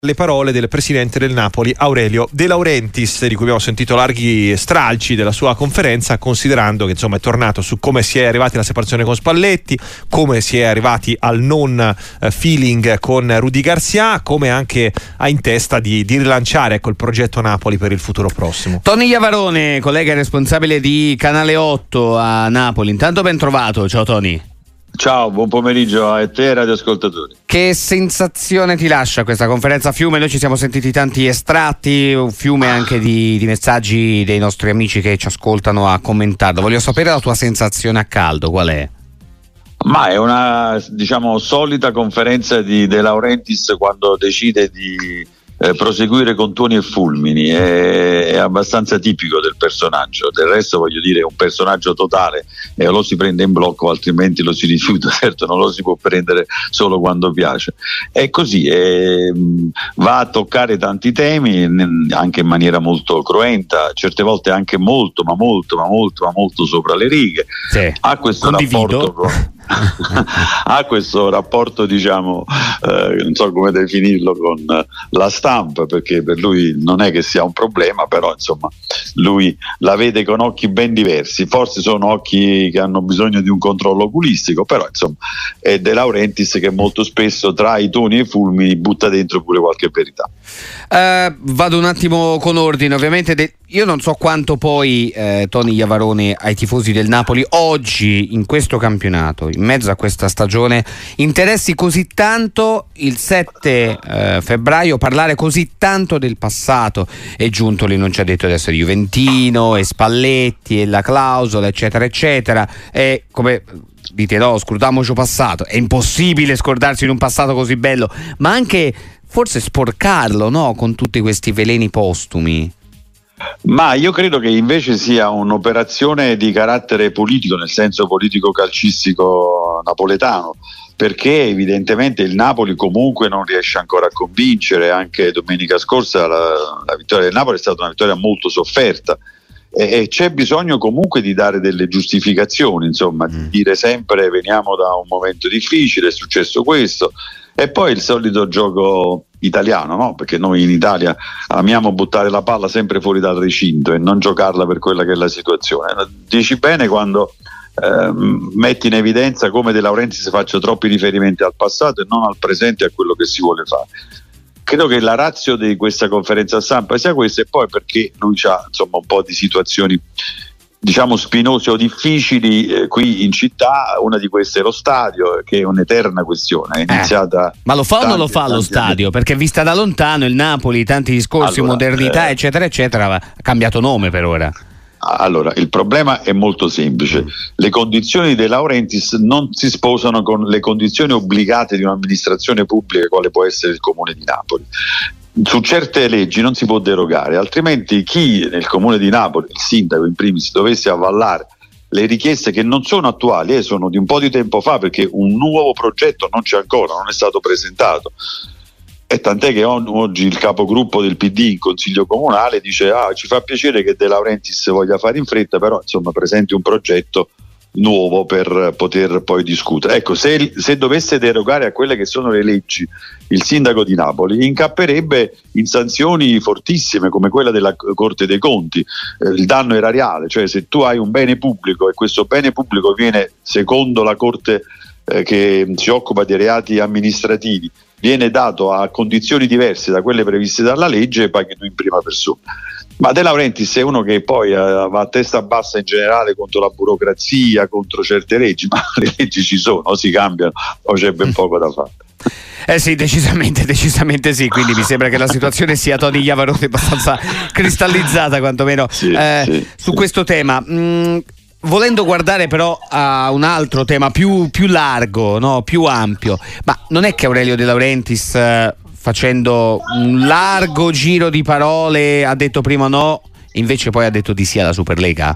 le parole del presidente del Napoli Aurelio De Laurentiis, di cui abbiamo sentito larghi stralci della sua conferenza, considerando che insomma è tornato su come si è arrivati alla separazione con Spalletti, come si è arrivati al non feeling con Rudy Garcia, come anche ha in testa di rilanciare, ecco, il progetto Napoli per il futuro prossimo. Tony Iavarone, collega responsabile di Canale 8 a Napoli, intanto ben trovato. Ciao Tony. Ciao, buon pomeriggio a te e radioascoltatori. Che sensazione ti lascia questa conferenza a fiume? Noi ci siamo sentiti tanti estratti, un fiume anche di messaggi dei nostri amici che ci ascoltano a commentarlo. Voglio sapere la tua sensazione a caldo, qual è? Ma è una, diciamo, solita conferenza di De Laurentiis quando decide di proseguire con tuoni e fulmini. È abbastanza tipico del personaggio. Del resto, voglio dire, è un personaggio totale e lo si prende in blocco, altrimenti lo si rifiuta. Certo, non lo si può prendere solo quando piace. È così, va a toccare tanti temi anche in maniera molto cruenta, certe volte anche molto sopra le righe. Sì, ha questo rapporto diciamo, non so come definirlo, con la stampa, perché per lui non è che sia un problema, però insomma lui la vede con occhi ben diversi, forse sono occhi che hanno bisogno di un controllo oculistico, però insomma è De Laurentiis che molto spesso tra i toni e i fulmini butta dentro pure qualche verità. Vado un attimo con ordine, ovviamente. Io non so quanto poi Tony Iavarone ai tifosi del Napoli oggi in questo campionato, in mezzo a questa stagione, interessi così tanto il 7 febbraio parlare così tanto del passato. E Giuntoli non ci ha detto di essere juventino, e Spalletti e la clausola eccetera eccetera, e come dite, no, scordiamoci passato, è impossibile scordarsi in un passato così bello, ma anche forse sporcarlo, no, con tutti questi veleni postumi. Ma io credo che invece sia un'operazione di carattere politico, nel senso politico calcistico napoletano, perché evidentemente il Napoli comunque non riesce ancora a convincere. Anche domenica scorsa la vittoria del Napoli è stata una vittoria molto sofferta e c'è bisogno comunque di dare delle giustificazioni, insomma, di dire sempre veniamo da un momento difficile, è successo questo. E poi il solito gioco italiano, no? Perché noi in Italia amiamo buttare la palla sempre fuori dal recinto e non giocarla per quella che è la situazione. Dici bene quando metti in evidenza come De Laurentiis faccia troppi riferimenti al passato e non al presente e a quello che si vuole fare. Credo che la ratio di questa conferenza stampa sia questa, e poi perché lui ha insomma un po' di situazioni diciamo spinose o difficili qui in città. Una di queste è lo stadio, che è un'eterna questione, è iniziata ma lo fa o non lo fa lo stadio? Perché vista da lontano il Napoli, tanti discorsi, allora, modernità eccetera eccetera, ha cambiato nome per ora. Allora, il problema è molto semplice: le condizioni di De Laurentiis non si sposano con le condizioni obbligate di un'amministrazione pubblica quale può essere il Comune di Napoli. Su certe leggi non si può derogare, altrimenti chi nel Comune di Napoli, il sindaco in primis, dovesse avvallare le richieste che non sono attuali, sono di un po' di tempo fa, perché un nuovo progetto non c'è ancora, non è stato presentato. E tant'è che oggi il capogruppo del PD in Consiglio Comunale dice ci fa piacere che De Laurentiis voglia fare in fretta, però insomma presenti un progetto nuovo per poter poi discutere. Ecco, se dovesse derogare a quelle che sono le leggi, il sindaco di Napoli incapperebbe in sanzioni fortissime come quella della Corte dei Conti, il danno erariale, cioè se tu hai un bene pubblico e questo bene pubblico viene, secondo la Corte che si occupa di reati amministrativi, viene dato a condizioni diverse da quelle previste dalla legge, paghi tu in prima persona. Ma De Laurentiis è uno che poi va a testa bassa in generale contro la burocrazia, contro certe leggi, ma le leggi ci sono, o si cambiano o c'è ben poco da fare. Sì, decisamente sì, quindi mi sembra che la situazione sia, Tony Iavarone, abbastanza cristallizzata quantomeno su questo tema. Volendo guardare però a un altro tema più largo, no? Più ampio, ma non è che Aurelio De Laurentiis, facendo un largo giro di parole, ha detto prima no, invece poi ha detto di sì alla Superlega?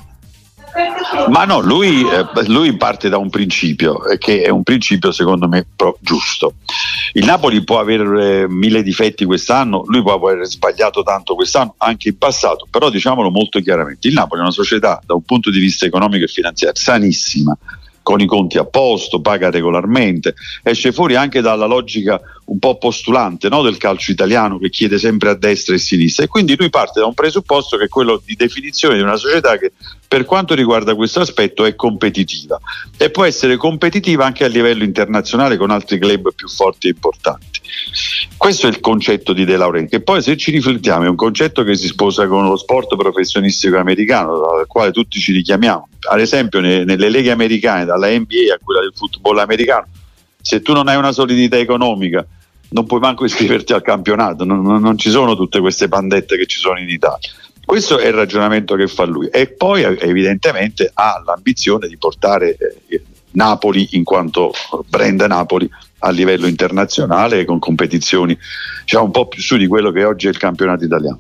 Ma no, lui parte da un principio che è un principio secondo me giusto. Il Napoli può avere mille difetti quest'anno, lui può aver sbagliato tanto quest'anno, anche in passato, però diciamolo molto chiaramente, il Napoli è una società da un punto di vista economico e finanziario sanissima, con i conti a posto, paga regolarmente, esce fuori anche dalla logica un po' postulante, no, del calcio italiano, che chiede sempre a destra e a sinistra, e quindi lui parte da un presupposto che è quello di definizione di una società che per quanto riguarda questo aspetto è competitiva e può essere competitiva anche a livello internazionale con altri club più forti e importanti. Questo è il concetto di De Laurentiis, che poi, se ci riflettiamo, è un concetto che si sposa con lo sport professionistico americano, dal quale tutti ci richiamiamo. Ad esempio nelle leghe americane, dalla NBA a quella del football americano, se tu non hai una solidità economica non puoi manco iscriverti al campionato, non ci sono tutte queste pandette che ci sono in Italia. Questo è il ragionamento che fa lui, e poi evidentemente ha l'ambizione di portare Napoli in quanto brand Napoli a livello internazionale, con competizioni, diciamo, un po' più su di quello che oggi è il campionato italiano.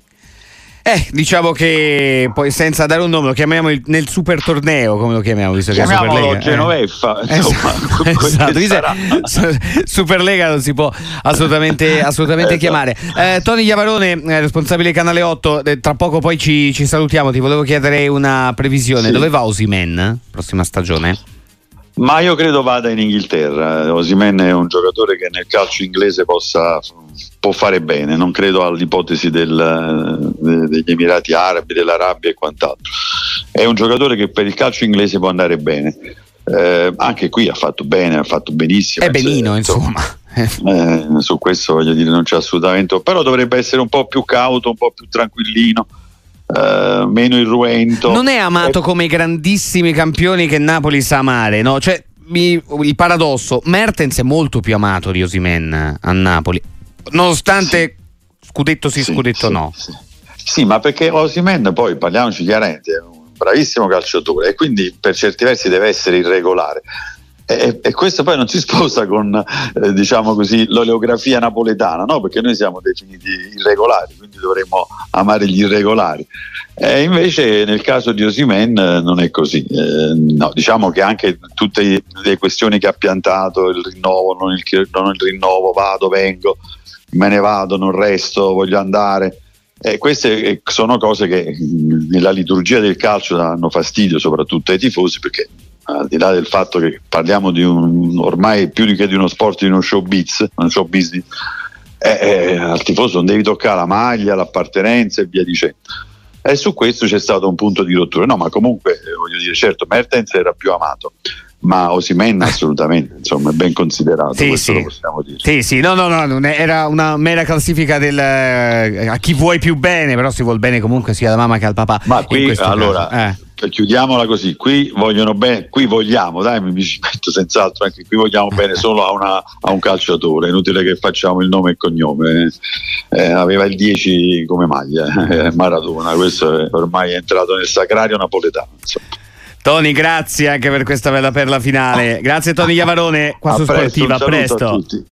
Diciamo che poi, senza dare un nome, lo chiamiamo nel super torneo, come lo chiamiamo, visto che è Chiamiamolo Superlega. Genoveffa, insomma, esatto. Superlega non si può assolutamente chiamare. Tony Iavarone, responsabile Canale 8, tra poco poi ci salutiamo. Ti volevo chiedere una previsione. Sì. Dove va Osimhen prossima stagione? Ma io credo vada in Inghilterra. Osimhen è un giocatore che nel calcio inglese può fare bene, non credo all'ipotesi degli Emirati Arabi, dell'Arabia e quant'altro. È un giocatore che per il calcio inglese può andare bene, anche qui ha fatto bene, ha fatto benissimo. È benino, insomma. Su questo voglio dire non c'è assolutamente, però dovrebbe essere un po' più cauto, un po' più tranquillino, meno irruento. Non è amato come i grandissimi campioni che Napoli sa amare, no? Cioè, il paradosso, Mertens è molto più amato di Osimhen a Napoli, nonostante scudetto sì, scudetto no. Sì, ma perché Osimhen, poi parliamoci chiaramente, è un bravissimo calciatore e quindi per certi versi deve essere irregolare. E questo poi non si sposa con diciamo così l'oleografia napoletana, no? Perché noi siamo definiti irregolari, quindi dovremmo amare gli irregolari. Invece nel caso di Osimhen non è così. No, diciamo che anche tutte le questioni che ha piantato, il rinnovo, non il rinnovo, vado, vengo, me ne vado, non resto, voglio andare. Queste sono cose che nella liturgia del calcio danno fastidio soprattutto ai tifosi, perché al di là del fatto che parliamo di ormai più che di uno sport, di uno show business, al tifoso non devi toccare la maglia, l'appartenenza e via dicendo. E su questo c'è stato un punto di rottura. No, ma comunque voglio dire, certo, Mertens era più amato, ma Osimhen assolutamente, insomma, è ben considerato, sì, questo sì. lo possiamo dire. Sì, no, non era una mera classifica a chi vuoi più bene, però si vuol bene comunque sia alla mamma che al papà. Ma qui allora chiudiamola così, qui vogliono bene, qui vogliamo, dai, mi ci metto senz'altro, anche qui vogliamo bene solo a un calciatore, è inutile che facciamo il nome e cognome. Aveva il 10 come maglia, Maradona, questo ormai è entrato nel sacrario napoletano, insomma. Tony, grazie anche per questa bella perla finale. Grazie Tony Iavarone, qua su Sportiva, a presto.